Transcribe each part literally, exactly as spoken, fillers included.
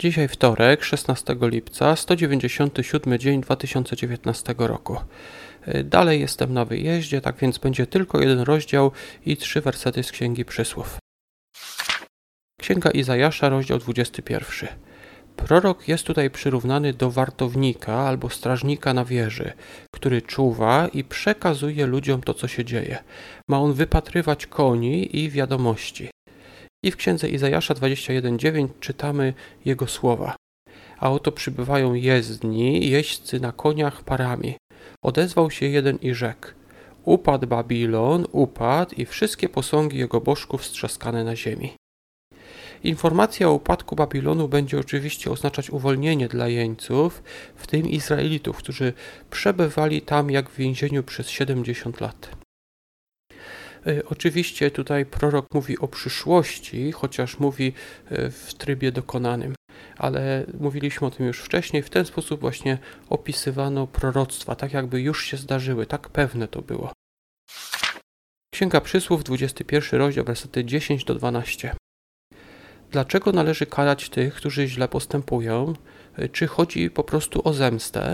Dzisiaj wtorek, szesnastego lipca, sto dziewięćdziesiąty siódmy dzień dwa tysiące dziewiętnastego roku. Dalej jestem na wyjeździe, tak więc będzie tylko jeden rozdział i trzy wersety z Księgi Przysłów. Księga Izajasza, rozdział dwudziesty pierwszy. Prorok jest tutaj przyrównany do wartownika albo strażnika na wieży, który czuwa i przekazuje ludziom to, co się dzieje. Ma on wypatrywać koni i wiadomości. I w księdze Izajasza dwudziestym pierwszym dziewięć czytamy jego słowa. A oto przybywają jezdni, jeźdźcy na koniach parami. Odezwał się jeden i rzekł: upadł Babilon, upadł i wszystkie posągi jego bożków strzaskane na ziemi. Informacja o upadku Babilonu będzie oczywiście oznaczać uwolnienie dla jeńców, w tym Izraelitów, którzy przebywali tam jak w więzieniu przez siedemdziesiąt lat. Oczywiście tutaj prorok mówi o przyszłości, chociaż mówi w trybie dokonanym, ale mówiliśmy o tym już wcześniej, w ten sposób właśnie opisywano proroctwa, tak jakby już się zdarzyły, tak pewne to było. Księga Przysłów, dwudziesty pierwszy rozdział, wersety dziesięć do dwunastu. Dlaczego należy karać tych, którzy źle postępują? Czy chodzi po prostu o zemstę?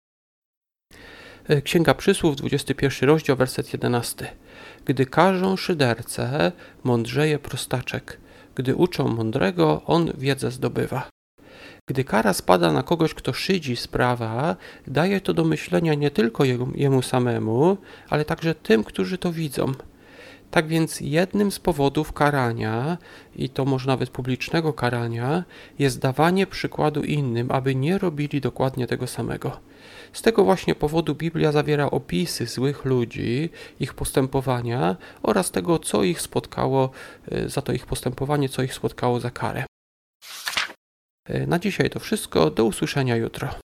Księga Przysłów, dwudziesty pierwszy rozdział, werset jedenasty. Gdy karzą szydercę, mądrzeje prostaczek. Gdy uczą mądrego, on wiedzę zdobywa. Gdy kara spada na kogoś, kto szydzi sprawa, daje to do myślenia nie tylko jemu, jemu samemu, ale także tym, którzy to widzą. Tak więc jednym z powodów karania, i to może nawet publicznego karania, jest dawanie przykładu innym, aby nie robili dokładnie tego samego. Z tego właśnie powodu Biblia zawiera opisy złych ludzi, ich postępowania oraz tego, co ich spotkało za to ich postępowanie, co ich spotkało za karę. Na dzisiaj to wszystko. Do usłyszenia jutro.